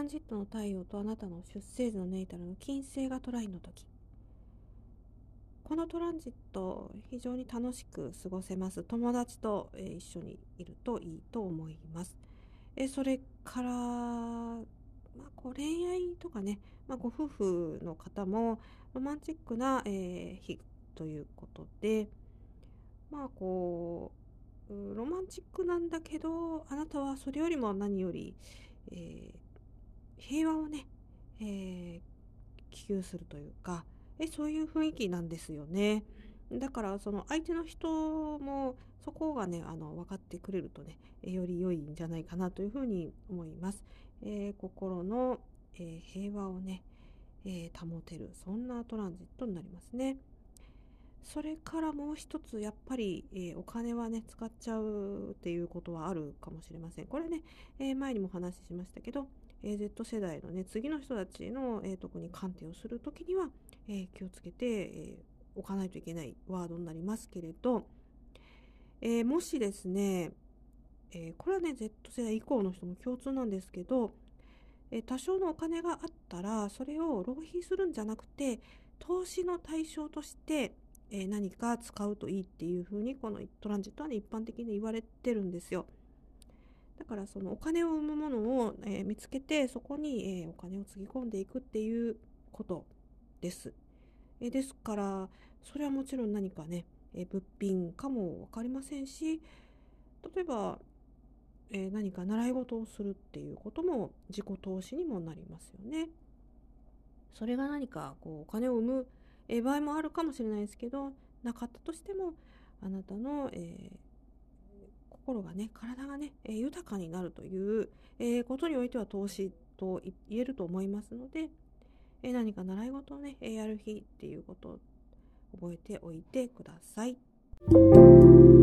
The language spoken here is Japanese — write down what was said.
ランジットの太陽とあなたの出生時のネイタルの金星がトラインの時、このトランジット非常に楽しく過ごせます。友達と、一緒にいるといいと思います。それから、恋愛とかね、ご夫婦の方もロマンチックな、日ということで、ロマンチックなんだけど、あなたはそれよりも何より、平和をね、希求するというか、そういう雰囲気なんですよね。だからその相手の人もそこがね分かってくれるとね、より良いんじゃないかなというふうに思います。心の、平和をね、保てる、そんなトランジットになりますね。それからもう一つやっぱり、お金はね使っちゃうっていうことはあるかもしれません。これね、前にもお話ししましたけど、Z 世代のね次の人たちの、特に鑑定をするときには、気をつけて、おかないといけないワードになりますけれど、もしですね、これはね Z 世代以降の人も共通なんですけど、多少のお金があったらそれを浪費するんじゃなくて投資の対象として、何か使うといいっていうふうにこのトランジットは、ね、一般的に言われてるんですよ。だからそのお金を生むものを、見つけてそこに、お金をつぎ込んでいくっていうことです。ですからそれはもちろん何かね、物品かも分かりませんし、例えば、何か習い事をするっていうことも自己投資にもなりますよね。それが何かこうお金を生む、場合もあるかもしれないですけど、なかったとしてもあなたの、心がね体がね、豊かになるという、ことにおいては投資と言えると思いますので、何か習い事をね、やる日っていうことを覚えておいてください。